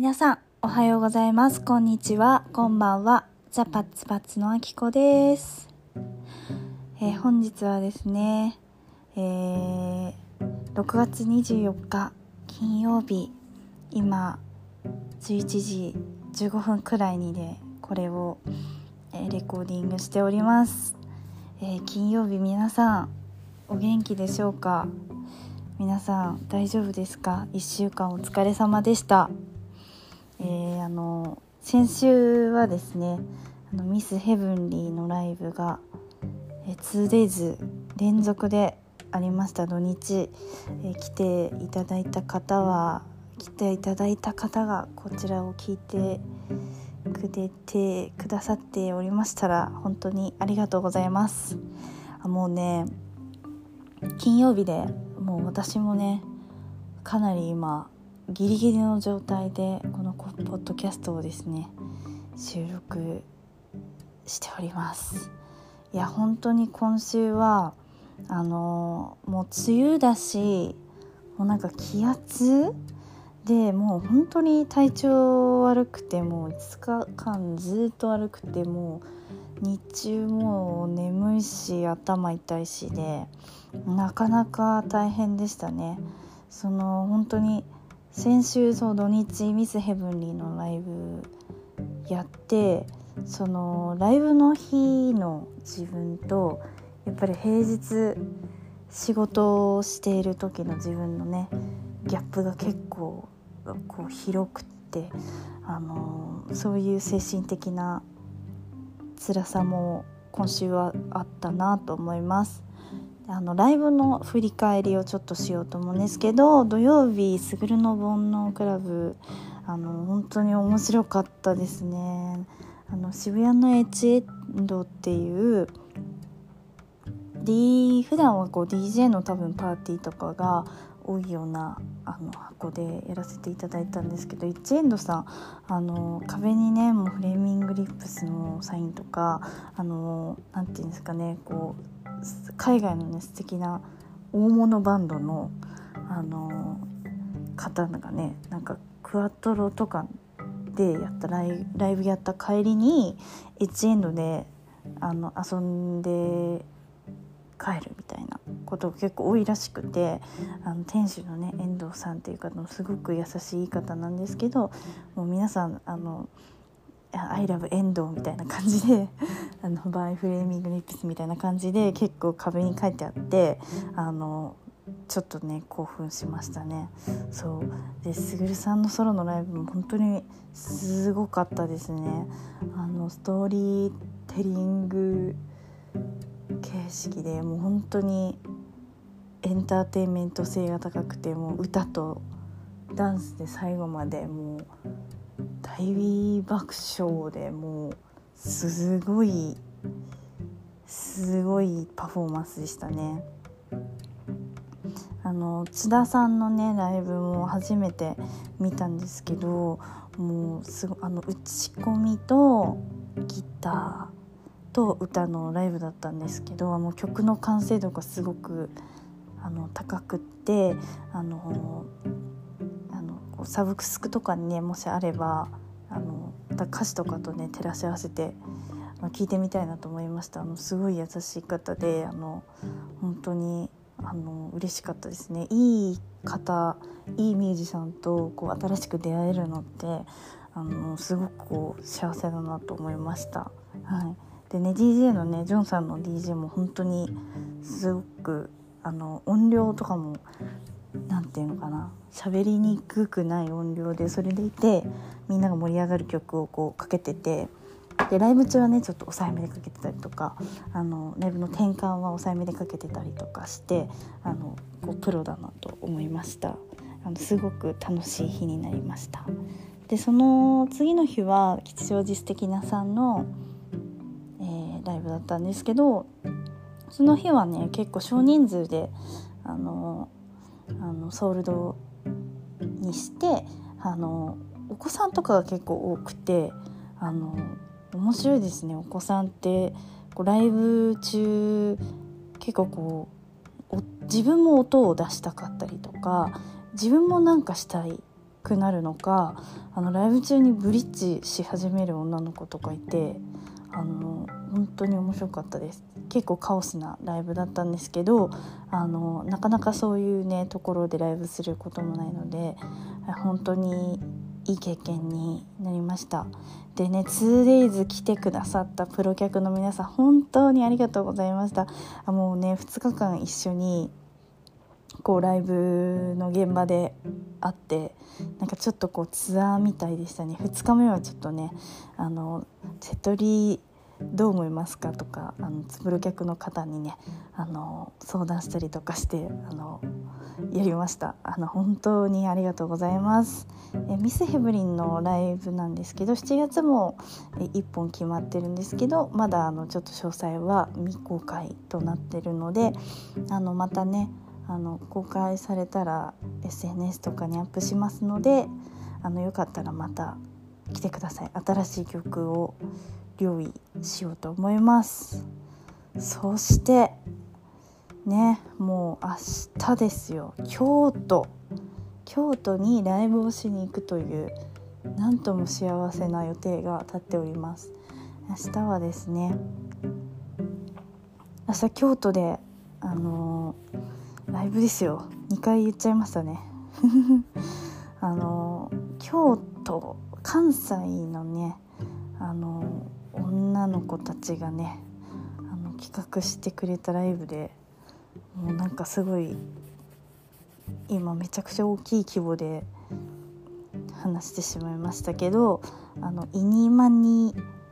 皆さんおはようございます。こんにちは、こんばんは。ザパッツパッツのあきこです。本日はですね、6月24日金曜日、今11時15分くらいにでこれを、レコーディングしております。金曜日、皆さんお元気でしょうか？皆さん大丈夫ですか？1週間お疲れ様でした。先週はですね、ミスヘブンリーのライブが、2days 連続でありました。土日、来ていただいた方がこちらを聞いてくださっておりましたら本当にありがとうございます。もうね、金曜日でもう私もね、かなり今ギリギリの状態でこのポッドキャストをですね収録しております。いや本当に今週はもう梅雨だし、もうなんか気圧でもう本当に体調悪くて、もう5日間ずっと悪くて、もう日中もう眠いし頭痛いしで、なかなか大変でしたね。本当に先週土日ミスヘブンリーのライブやって、ライブの日の自分とやっぱり平日仕事をしている時の自分のねギャップが結構こう広くって、そういう精神的な辛さも今週はあったなと思います。ライブの振り返りをちょっとしようと思うんですけど、土曜日スグルの煩悩クラブ本当に面白かったですね。渋谷のエチエンドっていう普段はこう DJ の多分パーティーとかが多いような箱でやらせていただいたんですけど、エチエンドさん壁にねもうフレーミングリップスのサインとかなんていうんですかね、こう海外のね素敵な大物バンドの方がね、なんかクワトロとかでやったライブやった帰りにエチエンドで遊んで帰るみたいなことが結構多いらしくて、店主のね遠藤さんっていう方のすごく優しい方なんですけど、もう皆さんI love 遠藤みたいな感じでバイフレーミングリップスみたいな感じで結構壁に書いてあって、ちょっとね興奮しましたね。そうで、スグルさんのソロのライブも本当にすごかったですね。ストーリーテリング形式でもう本当にエンターテインメント性が高くて、もう歌とダンスで最後までもう大爆笑で、もうすごいパフォーマンスでしたね。津田さんのねライブも初めて見たんですけど、もうすご打ち込みとギターと歌のライブだったんですけど、もう曲の完成度がすごく高くって、サブスクとかにねもしあれば歌詞とかとね照らし合わせて聞いてみたいなと思いました。すごい優しい方で本当に嬉しかったですね。いいミュージシャンとこう新しく出会えるのってすごくこう幸せだなと思いました。はい。でね DJ のねジョンさんの DJ も本当にすごく音量とかもなんていうのかな、喋りにくくない音量で、それでいてみんなが盛り上がる曲をこうかけてて、でライブ中はねちょっと抑えめでかけてたりとか、ライブの転換は抑えめでかけてたりとかしてこうプロだなと思いました。すごく楽しい日になりました。でその次の日は吉祥寺素敵なさんの、ライブだったんですけど、その日はね結構少人数でソールドにしてお子さんとかが結構多くて面白いですね。お子さんってこうライブ中結構こう自分も音を出したかったりとか、自分もなんかしたいっくなるのか、ライブ中にブリッジし始める女の子とかいて、本当に面白かったです。結構カオスなライブだったんですけど、なかなかそういうねところでライブすることもないので、本当にいい経験になりました。でね、2days 来てくださったプロ客の皆さん、本当にありがとうございました。もうね、2日間一緒にこうライブの現場で会って、なんかちょっとこうツアーみたいでしたね。2日目はちょっとね、瀬戸リどう思いますかとか、プロ客の方にね相談したりとかしてやりました。本当にありがとうございます。ミスヘブリンのライブなんですけど、7月も1本決まってるんですけど、まだちょっと詳細は未公開となってるので、またね公開されたら SNS とかにアップしますので、よかったらまた来てください。新しい曲を用意しようと思います。そしてね、もう明日ですよ。京都にライブをしに行くという、なんとも幸せな予定が立っております。明日はですね、明日京都でライブですよ。2回言っちゃいましたね京都、関西のね女の子たちがね企画してくれたライブで、もうなんかすごい今めちゃくちゃ大きい規模で話してしまいましたけど、イニマニ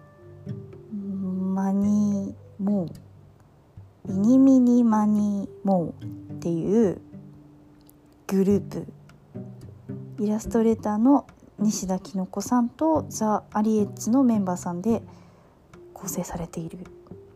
マニモーイニミニマニモーっていうグループ、イラストレーターの西田きのこさんとザ・アリエッツのメンバーさんで構成されている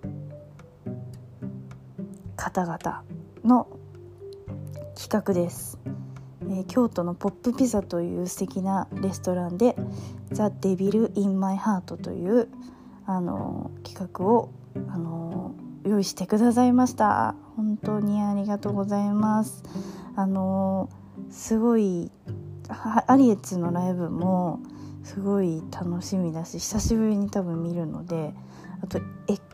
方々の企画です。京都のポップピザという素敵なレストランでザ・デビル・イン・マイ・ハートという企画を用意してくださいました。本当にありがとうございます。すごいアリエッツのライブもすごい楽しみだし、久しぶりに多分見るので、あと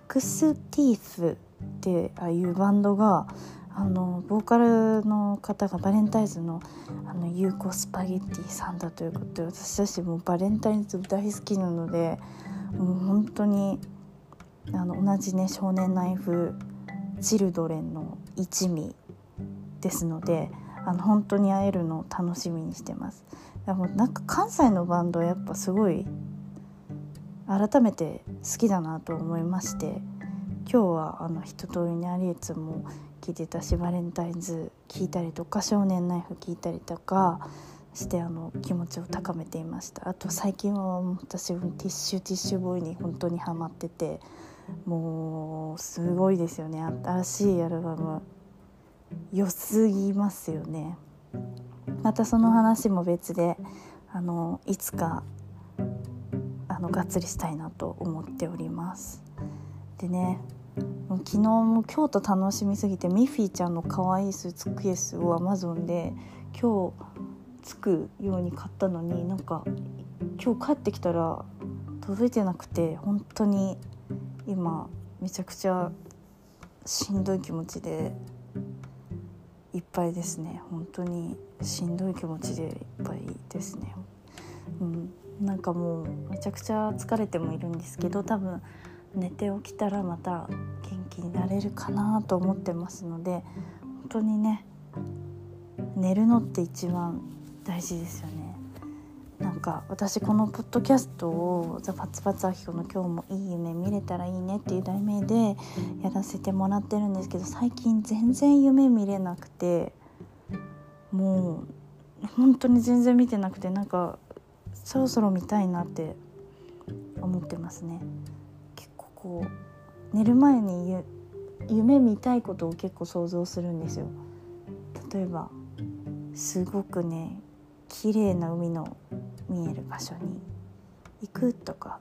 X ティーフっていうバンドがボーカルの方がバレンタイズのユーコスパゲッティさんだということで、私たちもバレンタインズ大好きなので、もう本当に同じね少年ナイフチルドレンの一味ですので、本当に会えるのを楽しみにしてます。でもなんか関西のバンドやっぱすごい改めて好きだなと思いまして、今日は一通りにアリエッツも聴いてたし、バレンタインズ聴いたりとか少年ナイフ聴いたりとかして気持ちを高めていました。あと最近は私ティッシュボーイに本当にハマってて、もうすごいですよね。新しいアルバム良すぎますよね。またその話も別でいつかがっつりしたいなと思っております。でね、昨日も京都楽しみすぎてミッフィーちゃんの可愛いスーツケースを Amazon で今日着くように買ったのに、なんか今日帰ってきたら届いてなくて、本当に今めちゃくちゃしんどい気持ちでいっぱいですね。本当にしんどい気持ちでいっぱいですね。なんかもうめちゃくちゃ疲れてもいるんですけど、多分寝て起きたらまた元気になれるかなと思ってますので、本当にね寝るのって一番大事ですよね。なんか私このポッドキャストをザ・パツパツアキコの今日もいい夢見れたらいいねっていう題名でやらせてもらってるんですけど、最近全然夢見れなくて、もう本当に全然見てなくて、なんかそろそろ見たいなって思ってますね。結構こう寝る前に夢見たいことを結構想像するんですよ。例えばすごくね綺麗な海の見える場所に行くとか、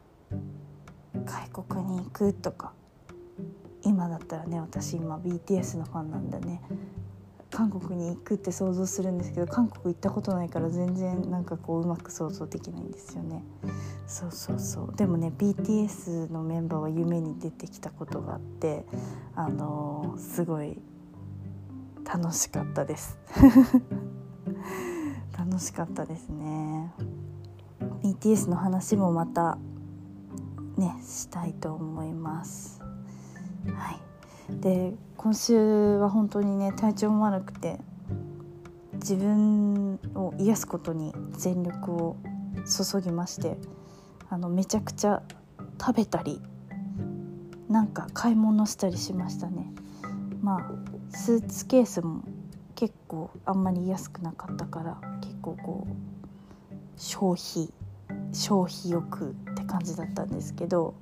外国に行くとか、今だったらね、私今 BTS のファンなんでね、 韓国に行くって想像するんですけど、韓国行ったことないから全然なんかこううまく想像できないんですよね。そうでもね BTS のメンバーは夢に出てきたことがあって、すごい楽しかったです楽しかったですね。 BTS の話もまたねしたいと思います。はい。で今週は本当にね体調も悪くて、自分を癒すことに全力を注ぎまして、めちゃくちゃ食べたりなんか買い物したりしましたね。スーツケースも結構あんまり安くなかったから、結構こう消費欲って感じだったんですけど、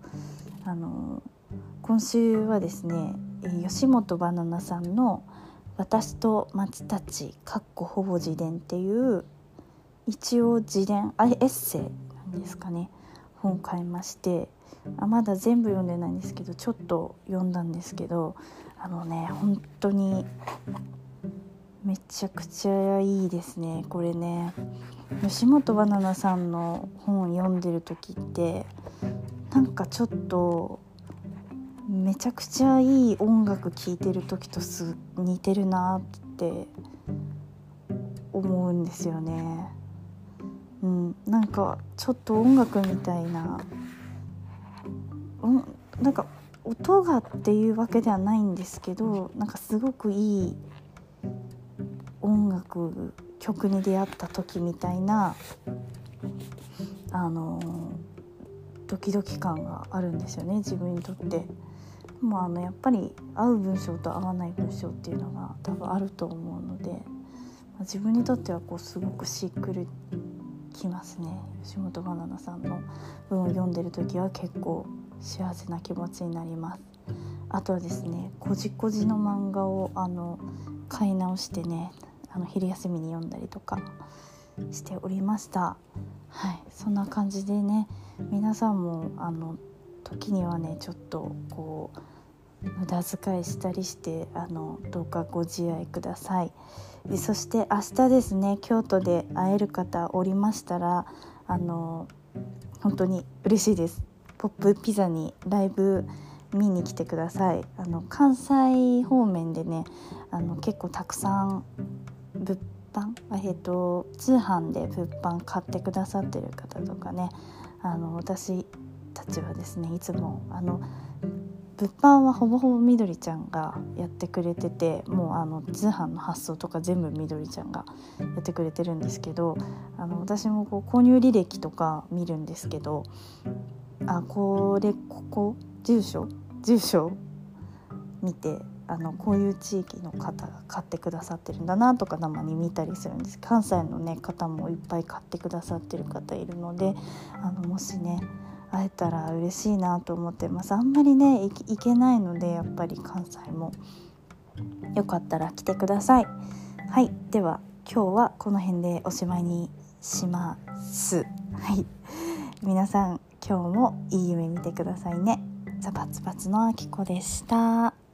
今週はですね、吉本ばななさんの私と松たちほぼ自伝っていう一応自伝エッセイなんですかね、本買いまして、まだ全部読んでないんですけどちょっと読んだんですけど、本当にめちゃくちゃいいですね。これね、吉本ばななさんの本読んでる時ってなんかちょっとめちゃくちゃいい音楽聴いてる時と似てるなって思うんですよね。なんかちょっと音楽みたいな、なんか音がっていうわけではないんですけど、なんかすごくいい曲に出会った時みたいなドキドキ感があるんですよね、自分にとって。やっぱり合う文章と合わない文章っていうのが多分あると思うので、自分にとってはこうすごくしっくりきますね。吉本ばななさんの文を読んでる時は結構幸せな気持ちになります。あとはですね、こじこじの漫画を買い直してね、昼休みに読んだりとかしておりました。はい、そんな感じでね、皆さんも時にはねちょっとこう無駄遣いしたりしてどうかご自愛ください。そして明日ですね、京都で会える方おりましたら本当に嬉しいです。ポップピザにライブ見に来てください。関西方面でね結構たくさん物販、通販で物販買ってくださってる方とかね、私たちはですねいつも物販はほぼほぼみどりちゃんがやってくれてて、もう通販の発送とか全部みどりちゃんがやってくれてるんですけど、私もこう購入履歴とか見るんですけど、ここ住所見てこういう地域の方が買ってくださってるんだなとかたまに見たりするんです。関西のね方もいっぱい買ってくださってる方いるので、もしね会えたら嬉しいなと思ってます。あんまりね行けないので、やっぱり関西もよかったら来てください。はい、では今日はこの辺でおしまいにします。はい、皆さん今日もいい夢見てくださいね。ザバツバツのあきこでした。